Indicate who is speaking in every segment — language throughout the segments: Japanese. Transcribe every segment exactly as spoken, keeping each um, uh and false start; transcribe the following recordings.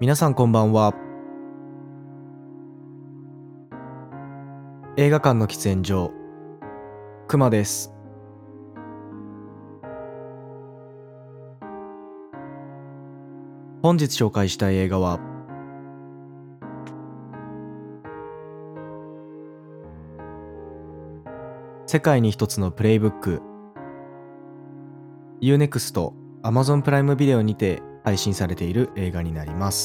Speaker 1: 皆さんこんばんは。映画館の喫煙所、くまです。本日紹介したい映画は、世界に一つのプレイブック、ユーネクスト、Amazon プライムビデオにて配信されている映画になります。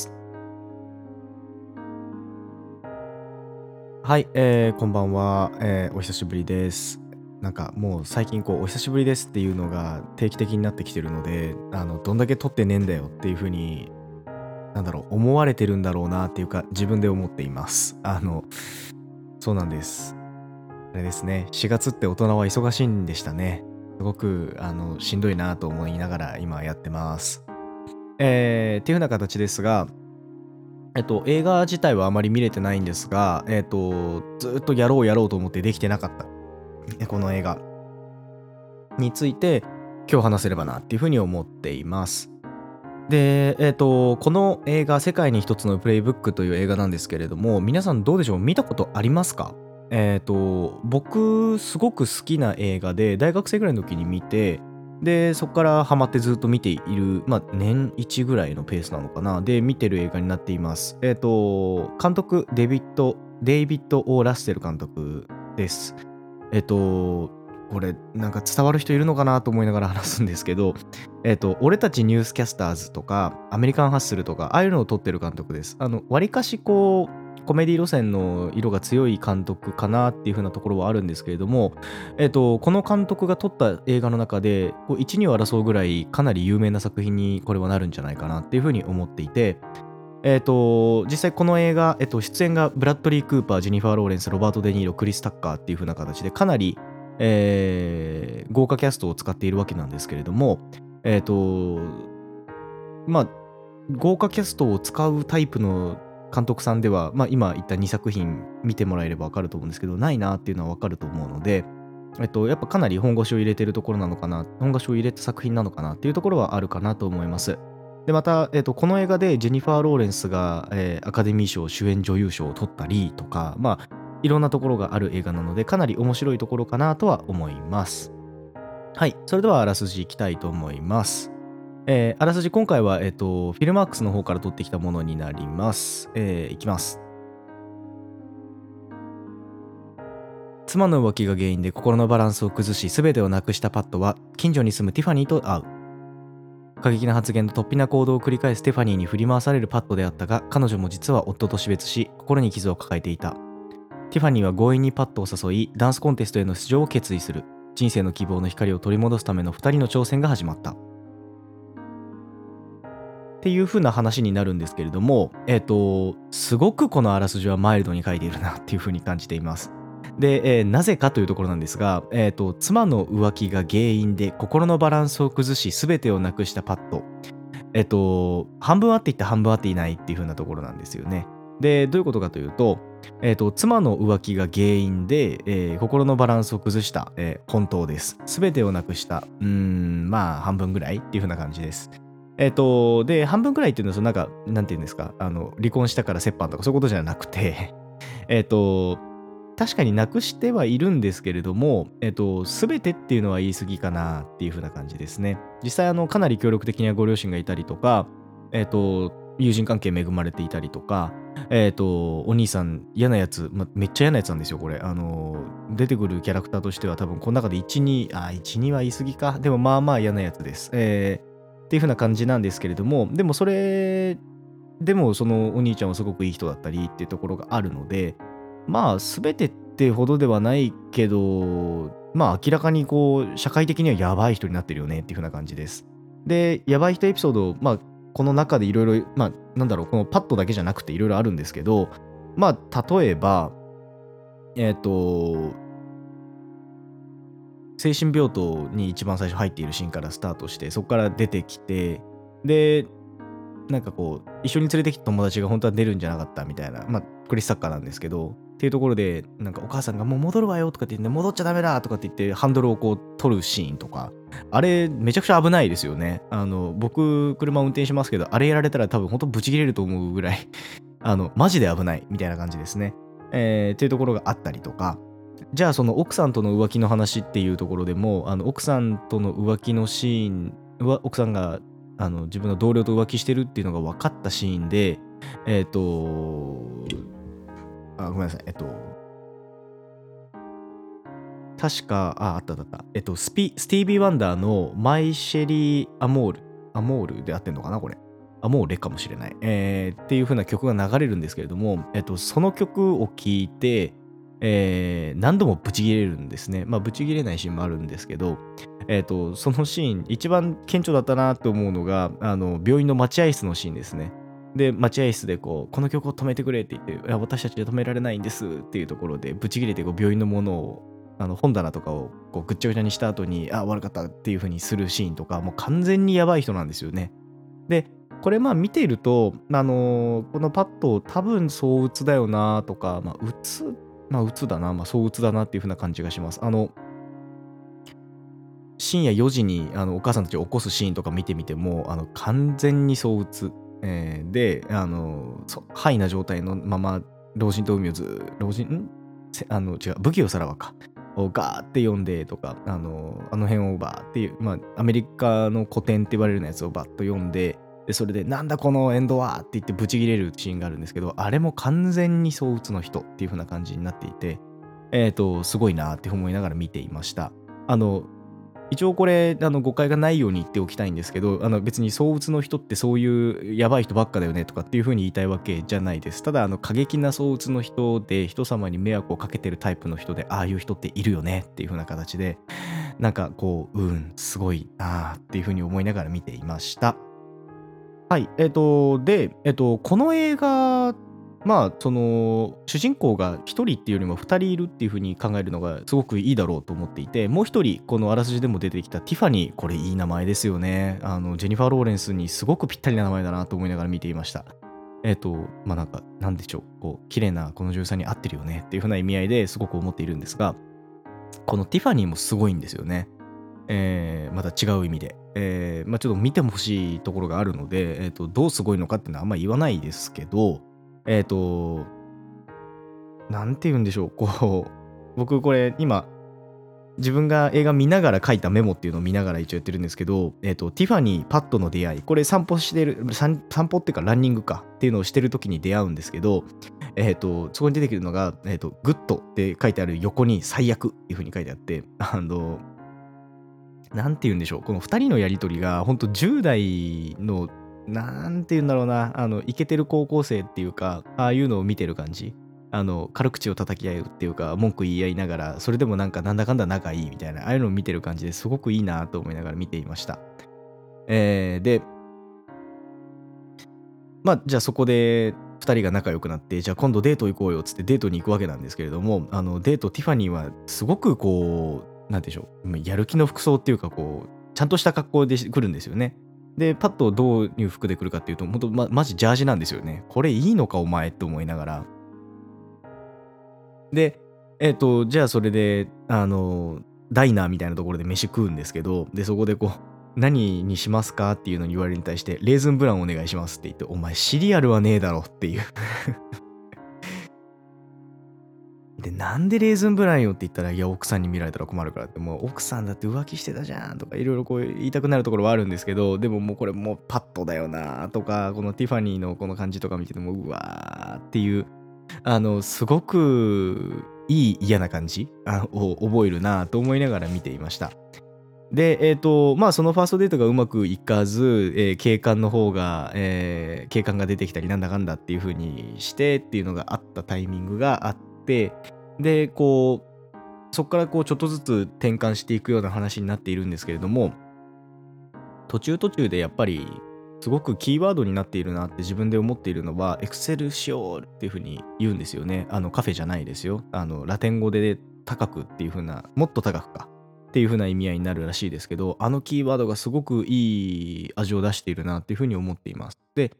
Speaker 1: はい、えー、こんばんは、えー、お久しぶりです。なんかもう最近こうお久しぶりですっていうのが定期的になってきてるので、あのどんだけ撮ってねえんだよっていう風になんだろう思われてるんだろうなっていうか自分で思っています。あのそうなんです。あれですね、しがつって大人は忙しいんでしたね。すごくあのしんどいなと思いながら今やってます。えー、っていう風な形ですが、えっと、映画自体はあまり見れてないんですが、えっと、ずっとやろうやろうと思ってできてなかった、えこの映画について今日話せればなっていう風に思っています。で、えっと、この映画、世界に一つのプレイブックという映画なんですけれども、皆さんどうでしょう、見たことありますか？えっと、僕、すごく好きな映画で、大学生ぐらいの時に見て、で、そこからハマってずっと見ている、まあ、年いちぐらいのペースなのかな、で、見てる映画になっています。えっと、監督、デビッド、デイビッド・オー・ラッセル監督です。えっと、これ、なんか伝わる人いるのかなと思いながら話すんですけど、えっと、俺たちニュースキャスターズとか、アメリカンハッスルとか、ああいうのを撮ってる監督です。あの、わりかしこう、コメディ路線の色が強い監督かなっていう風なところはあるんですけれども、えっと、この監督が撮った映画の中で、こういち、にを争うぐらいかなり有名な作品にこれはなるんじゃないかなっていう風に思っていて、えっと、実際この映画、えっと、出演がブラッドリー・クーパー、ジェニファー・ローレンス、ロバート・デ・ニーロ、クリス・タッカーっていう風な形でかなり、えー豪華キャストを使っているわけなんですけれども、えっと、まあ、豪華キャストを使うタイプの監督さんでは、まあ、今言ったにさく品見てもらえればわかると思うんですけど、ないなっていうのはわかると思うので、えっと、やっぱかなり本腰を入れてるところなのかな、本腰を入れた作品なのかなっていうところはあるかなと思います。で、また、えっと、この映画でジェニファー・ローレンスが、えーアカデミー賞主演女優賞を取ったりとか、まあ、いろんなところがある映画なので、かなり面白いところかなとは思います。はい、それではあらすじいきたいと思います。えーあらすじ今回は、えっと、フィルマークスの方から取ってきたものになります。えーいきます。妻の浮気が原因で心のバランスを崩し全てをなくしたパットは近所に住むティファニーと会う。過激な発言と突飛な行動を繰り返すティファニーに振り回されるパットであったが、彼女も実は夫と死別し心に傷を抱えていた。ティファニーは強引にパットを誘いダンスコンテストへの出場を決意する。人生の希望の光を取り戻すためのふたりの挑戦が始まったっていう風な話になるんですけれども、えっと、すごくこのあらすじはマイルドに書いているなっていう風に感じています。で、えーなぜかというところなんですが、えっと、妻の浮気が原因で心のバランスを崩し全てをなくしたパット。えっと、半分あっていって半分あっていないっていう風なところなんですよね。で、どういうことかというと、えっと、妻の浮気が原因で、えー心のバランスを崩した、えー本当です。全てをなくした、うーん、まあ、半分ぐらいっていう風な感じです。えっと、で、半分ぐらいっていうのは、そのなんか、なんていうんですか、あの、離婚したから折半とかそういうことじゃなくて、えっと、確かになくしてはいるんですけれども、えっと、全てっていうのは言い過ぎかなっていう風な感じですね。実際、あの、かなり協力的なご両親がいたりとか、えっと、友人関係恵まれていたりとか、えっと、お兄さん嫌なやつ、ま、めっちゃ嫌なやつなんですよ、これ。あの、出てくるキャラクターとしては多分この中でいち、に、あ、いち、には言い過ぎか。でもまあまあ嫌なやつです。えーっていう風な感じなんですけれども、でもそれでもそのお兄ちゃんはすごくいい人だったりっていうところがあるので、まあ全てってほどではないけど、まあ明らかにこう社会的にはやばい人になってるよねっていう風な感じです。で、やばい人エピソード、まあこの中でいろいろ、まあなんだろう、このパッドだけじゃなくていろいろあるんですけど、まあ例えば、えっと、精神病棟に一番最初入っているシーンからスタートして、そこから出てきて、で、なんかこう、一緒に連れてきた友達が本当は出るんじゃなかったみたいな、まあ、こクレスサッカーなんですけど、っていうところで、なんかお母さんがもう戻るわよとかって言って、戻っちゃダメだとかって言ってハンドルをこう取るシーンとか、あれめちゃくちゃ危ないですよね。あの、僕車運転しますけど、あれやられたら多分ほんとブチ切れると思うぐらいあの、マジで危ないみたいな感じですね。えーっていうところがあったりとか、じゃあその奥さんとの浮気の話っていうところでも、あの奥さんとの浮気のシーンは、奥さんがあの自分の同僚と浮気してるっていうのが分かったシーンで、えっ、と、あ、ごめんなさい。えっと、確か、あ、あったあったあった。えっと、スピ、スティービー・ワンダーのマイ・シェリー・アモール。アモールで合ってんのかなこれ。アモーレかもしれない。えーっていう風な曲が流れるんですけれども、えっと、その曲を聴いて、えー何度もブチギレるんですね。まあ、ブチギレないシーンもあるんですけど、えっと、そのシーン、一番顕著だったなと思うのが、あの、病院の待合室のシーンですね。で、待合室でこう、この曲を止めてくれって言って、いや、私たちで止められないんですっていうところで、ブチギレてこう病院のものを、あの本棚とかをこうぐっちゃぐちゃにした後に、あ、悪かったっていう風にするシーンとか、もう完全にやばい人なんですよね。で、これまあ見ていると、あのーこのパッド多分躁うつだよなとか、まあ、うつ、まあ、うつだな、まあ、躁うつだなっていう風な感じがします。あの、深夜よじにあのお母さんたちを起こすシーンとか見てみても、あの完全に躁うつ、えーで、あの、そハイな状態のまま、老人と海をず、老人、んせあの、違う、不器用さらばか。をガーって読んでとか、あの、あの辺をバーっていう、まあ、アメリカの古典って言われるようなやつをバッと読んで、で、それで、なんだこのエンドはって言ってブチ切れるシーンがあるんですけど、あれも完全に躁うつの人っていう風な感じになっていて、えっと、すごいなって思いながら見ていました。あの、一応これ、あの、誤解がないように言っておきたいんですけど、あの、別に躁鬱の人ってそういうやばい人ばっかだよねとかっていう風に言いたいわけじゃないです。ただ、あの、過激な躁鬱の人で人様に迷惑をかけてるタイプの人で、ああいう人っているよねっていう風な形で、なんかこう、うん、すごいなあっていう風に思いながら見ていました。はい。えっと、で、えっと、この映画、まあ、その、主人公がひとりっていうよりもふたりいるっていう風に考えるのがすごくいいだろうと思っていて、もうひとり、このあらすじでも出てきたティファニー、これいい名前ですよね。あの、ジェニファー・ローレンスにすごくぴったりな名前だなと思いながら見ていました。えっと、まあ、なんか、なんでしょう、こう、綺麗なこの女優さんに合ってるよねっていう風な意味合いですごく思っているんですが、このティファニーもすごいんですよね。えーまた違う意味で。えーまあ、ちょっと見てほしいところがあるので、えっと、どうすごいのかっていうのはあんま言わないですけど、えっと、なんて言うんでしょう、こう、僕これ今、自分が映画見ながら書いたメモっていうのを見ながら一応やってるんですけど、えっと、ティファニー、パッドの出会い、これ散歩してる、散散歩っていうかランニングかっていうのをしてる時に出会うんですけど、えっと、そこに出てくるのが、えっと、グッドって書いてある横に最悪っていう風に書いてあって、あの、なんて言うんでしょう、このふたりのやり取りが、ほんとじゅう代の、なんて言うんだろうな、あの、イケてる高校生っていうか、ああいうのを見てる感じ。あの、軽口を叩き合うっていうか、文句言い合いながら、それでもなんかなんだかんだ仲いいみたいな、ああいうのを見てる感じですごくいいなと思いながら見ていました。えー、で、まあ、じゃあそこでふたりが仲良くなって、じゃあ今度デート行こうよっつってデートに行くわけなんですけれども、あのデート、ティファニーはすごくこう、なんでしょう、まやる気の服装っていうかこう、ちゃんとした格好でし来るんですよね。で、パッとどういう服で来るかっていうと、ほんと、ま、マジジャージなんですよね。これいいのかお前って思いながら。で、えっと、じゃあそれで、あの、ダイナーみたいなところで飯食うんですけど、で、そこでこう、何にしますかっていうのに言われるに対して、レーズンブランお願いしますって言って、お前シリアルはねえだろっていう。で、なんでレーズンブランよって言ったら、いや、奥さんに見られたら困るからって、もう奥さんだって浮気してたじゃんとか、いろいろこう言いたくなるところはあるんですけど、でももうこれもうパッとだよなとか、このティファニーのこの感じとか見てても、うわーっていう、あの、すごくいい嫌な感じあを覚えるなと思いながら見ていました。で、えっと、まあ、そのファーストデートがうまくいかず、えー警官の方が、えー警官が出てきたりなんだかんだっていう風にしてっていうのがあったタイミングがあって、で、こう、そこからこうちょっとずつ転換していくような話になっているんですけれども、途中途中でやっぱりすごくキーワードになっているなって自分で思っているのは、エクセルシオールっていう風に言うんですよね。あのカフェじゃないですよ。あのラテン語で高くっていう風な、もっと高くかっていう風な意味合いになるらしいですけど、あのキーワードがすごくいい味を出しているなっていう風に思っています。で、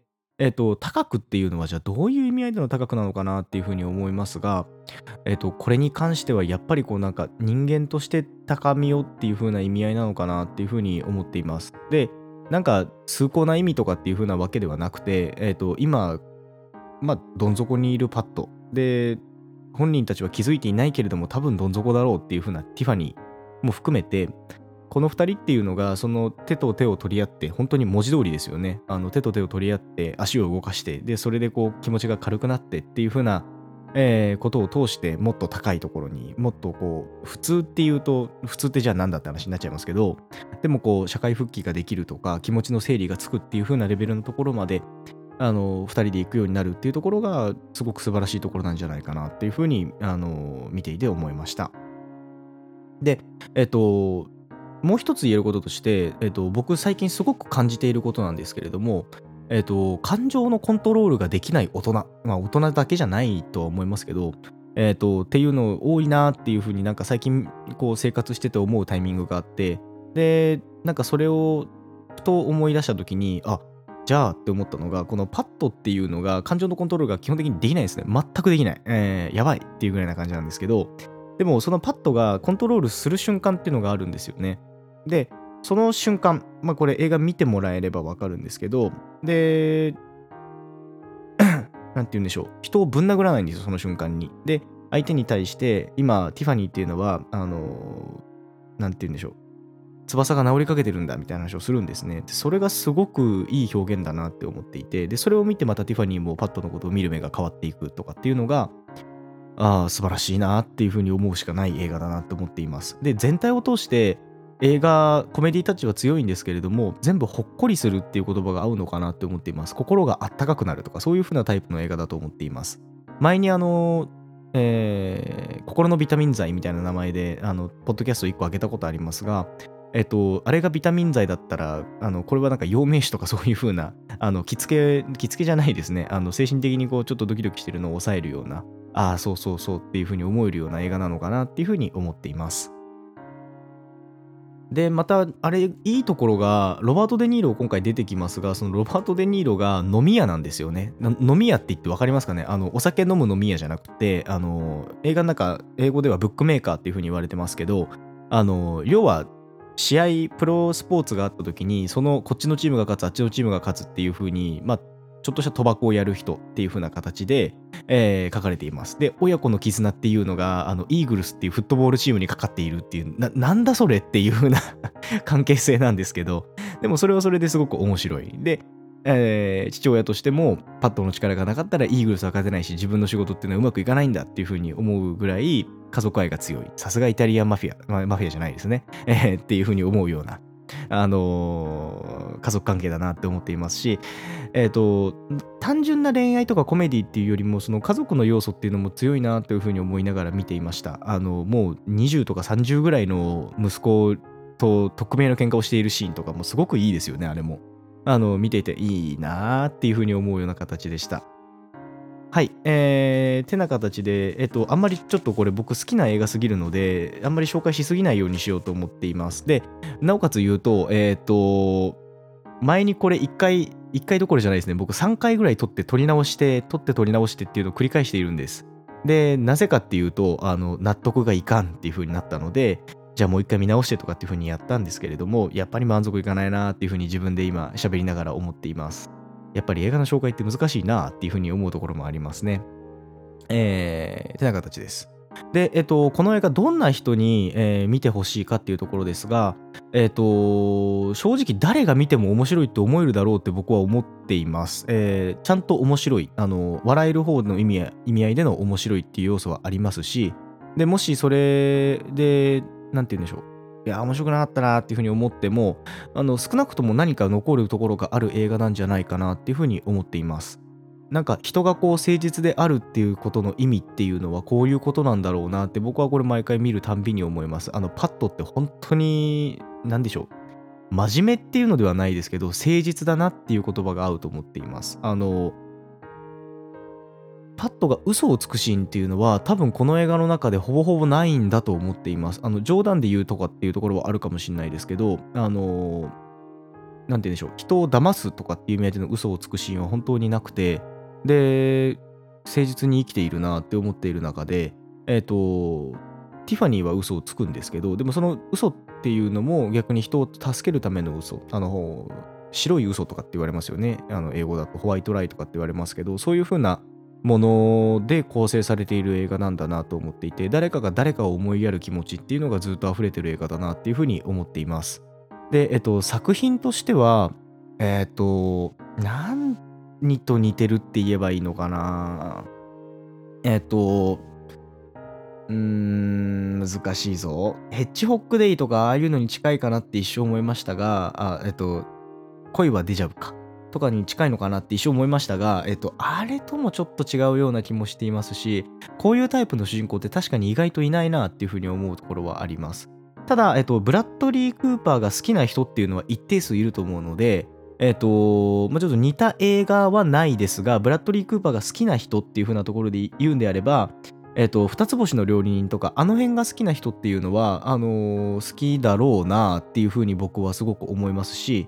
Speaker 1: えっと、高くっていうのは、じゃあどういう意味合いでの高くなのかなっていう風に思いますが、えっと、これに関してはやっぱりこうなんか人間として高みをっていう風な意味合いなのかなっていう風に思っています。で、なんか崇高な意味とかっていう風なわけではなくて、えっと、今、まあ、どん底にいるパッド。で、本人たちは気づいていないけれども、多分どん底だろうっていう風なティファニーも含めて、このふたりっていうのが、その手と手を取り合って、本当に文字通りですよね。あの手と手を取り合って、足を動かして、で、それでこう気持ちが軽くなってっていう風な、えーことを通して、もっと高いところに、もっとこう、普通っていうと、普通ってじゃあなんだって話になっちゃいますけど、でもこう、社会復帰ができるとか、気持ちの整理がつくっていう風なレベルのところまで、あの、ふたりで行くようになるっていうところが、すごく素晴らしいところなんじゃないかなっていう風に、あの、見ていて思いました。で、えっと、もう一つ言えることとして、えっと、僕最近すごく感じていることなんですけれども、えっと、感情のコントロールができない大人、まあ大人だけじゃないとは思いますけど、えっと、っていうの多いなっていうふうになんか最近こう生活してて思うタイミングがあって、で、なんかそれをふと思い出した時に、あ、じゃあって思ったのが、このパッドっていうのが感情のコントロールが基本的にできないですね。全くできない。えー、やばいっていうぐらいな感じなんですけど、でもそのパッドがコントロールする瞬間っていうのがあるんですよね。で、その瞬間、まあこれ映画見てもらえればわかるんですけど、で、なんて言うんでしょう。人をぶん殴らないんですよ、その瞬間に。で、相手に対して、今、ティファニーっていうのは、あの、なんて言うんでしょう。翼が治りかけてるんだみたいな話をするんですね。でそれがすごくいい表現だなって思っていて、で、それを見てまたティファニーもパッドのことを見る目が変わっていくとかっていうのが、ああ、素晴らしいなっていう風に思うしかない映画だなって思っています。で、全体を通して映画、コメディタッチは強いんですけれども、全部ほっこりするっていう言葉が合うのかなって思っています。心があったかくなるとか、そういう風なタイプの映画だと思っています。前にあの、えー心のビタミン剤みたいな名前で、あの、ポッドキャストいっこあげたことありますが、えっと、あれがビタミン剤だったら、あの、これはなんか陽明酒とかそういう風な、あの、着付け、着付けじゃないですね。あの、精神的にこう、ちょっとドキドキしてるのを抑えるような、ああ、そうそうそうっていう風に思えるような映画なのかなっていう風に思っています。で、また、あれ、いいところが、ロバート・デ・ニーロ今回出てきますが、そのロバート・デ・ニーロが飲み屋なんですよね。な飲み屋って言って分かりますかね？あの、お酒飲む飲み屋じゃなくて、あの、映画の中、英語ではブックメーカーっていう風に言われてますけど、あの、要は、試合、プロスポーツがあった時に、その、こっちのチームが勝つ、あっちのチームが勝つっていう風に、まあ、ちょっとした賭博をやる人っていう風な形で、えー書かれています。で、親子の絆っていうのが、あの、イーグルスっていうフットボールチームにかかっているっていう、な、なんだそれっていう風な関係性なんですけど、でもそれはそれですごく面白い。で、えー父親としても、パッドの力がなかったらイーグルスは勝てないし、自分の仕事っていうのはうまくいかないんだっていう風に思うぐらい、家族愛が強い。さすがイタリアンマフィア、まあマフィアじゃないですね。えーっていう風に思うような、あのー家族関係だなって思っていますし、えっと、単純な恋愛とかコメディっていうよりも、その家族の要素っていうのも強いなという風に思いながら見ていました。あの、もうにじゅうとかさんじゅうぐらいの息子と匿名の喧嘩をしているシーンとかもすごくいいですよね、あれも。あの、見ていていいなーっていう風に思うような形でした。はい。えー、てな形で、えっと、あんまりちょっとこれ僕好きな映画すぎるので、あんまり紹介しすぎないようにしようと思っています。で、なおかつ言うと、えっと、前にこれいっかい、いっかいどころじゃないですね。僕さんかいぐらい撮って撮り直して、撮って撮り直してっていうのを繰り返しているんです。で、なぜかっていうと、あの、納得がいかんっていう風になったので、じゃあもう一回見直してとかっていう風にやったんですけれども、やっぱり満足いかないなっていう風に自分で今喋りながら思っています。やっぱり映画の紹介って難しいなっていう風に思うところもありますね。えー、てな形です。で、えっと、この映画どんな人に、えー見てほしいかっていうところですが、えっと、正直誰が見ても面白いって思えるだろうって僕は思っています。えーちゃんと面白い、あの、笑える方の意味や意味合いでの面白いっていう要素はありますし、で、もしそれで、なんて言うんでしょう。いや、面白くなかったなっていうふうに思っても、あの、少なくとも何か残るところがある映画なんじゃないかなっていうふうに思っています。なんか人がこう誠実であるっていうことの意味っていうのはこういうことなんだろうなって僕はこれ毎回見るたんびに思います。あのパッドって本当に何でしょう。真面目っていうのではないですけど誠実だなっていう言葉が合うと思っています。あのパッドが嘘をつくシーンっていうのは多分この映画の中でほぼほぼないんだと思っています。あの冗談で言うとかっていうところはあるかもしれないですけど、あのなんて言うんでしょう、人を騙すとかっていう意味合いでの嘘をつくシーンは本当になくて、で、誠実に生きているなって思っている中で、えっと、ティファニーは嘘をつくんですけど、でもその嘘っていうのも逆に人を助けるための嘘、あの、白い嘘とかって言われますよね。あの、英語だとホワイトライとかって言われますけど、そういう風なもので構成されている映画なんだなと思っていて、誰かが誰かを思いやる気持ちっていうのがずっと溢れてる映画だなっていう風に思っています。で、えっと、作品としては、えっと、何と似てるって言えばいいのかな。えっと、うーん、難しいぞ。ヘッジホックデイとかああいうのに近いかなって一瞬思いましたが、あ、えっと、恋はデジャブか。とかに近いのかなって一瞬思いましたが、えっと、あれともちょっと違うような気もしていますし、こういうタイプの主人公って確かに意外といないなっていう風に思うところはあります。ただ、えっと、ブラッドリー・クーパーが好きな人っていうのは一定数いると思うので、えっと、まあ、ちょっと似た映画はないですが、ブラッドリー・クーパーが好きな人っていう風なところで言うんであれば、えっと、二つ星の料理人とか、あの辺が好きな人っていうのは、あの、好きだろうなっていう風に僕はすごく思いますし、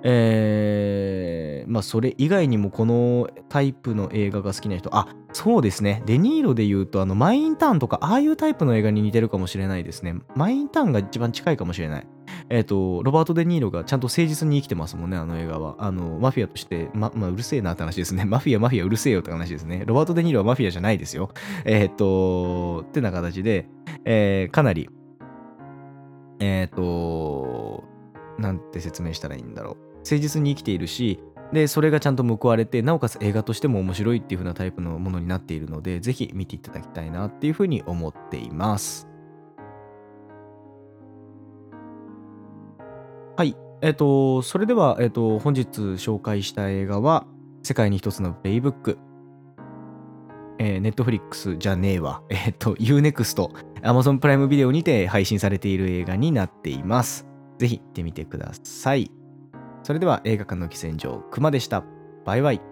Speaker 1: ええ、ま、それ以外にもこのタイプの映画が好きな人、あ、そうですね。デニーロで言うと、あの、マイ・インターンとか、ああいうタイプの映画に似てるかもしれないですね。マイ・インターンが一番近いかもしれない。えっと、ロバート・デ・ニーロがちゃんと誠実に生きてますもんね、あの映画は。あの、マフィアとして、まま、うるせえなって話ですね。マフィア、マフィア、うるせえよって話ですね。ロバート・デ・ニーロはマフィアじゃないですよ。えっと、ってな形で、ええ、かなり、えっと、なんて説明したらいいんだろう。誠実に生きているし、で、それがちゃんと報われて、なおかつ映画としても面白いっていう風なタイプのものになっているので、ぜひ見ていただきたいなっていう風に思っています。はい。えっと、それでは、えっと、本日紹介した映画は、世界に一つのプレイブック、えー、Netflix じゃねえわ。えっと、ユーネクスト、Amazon プライムビデオにて配信されている映画になっています。ぜひ行ってみてください。それでは映画館の喫煙所、熊でした。バイバイ。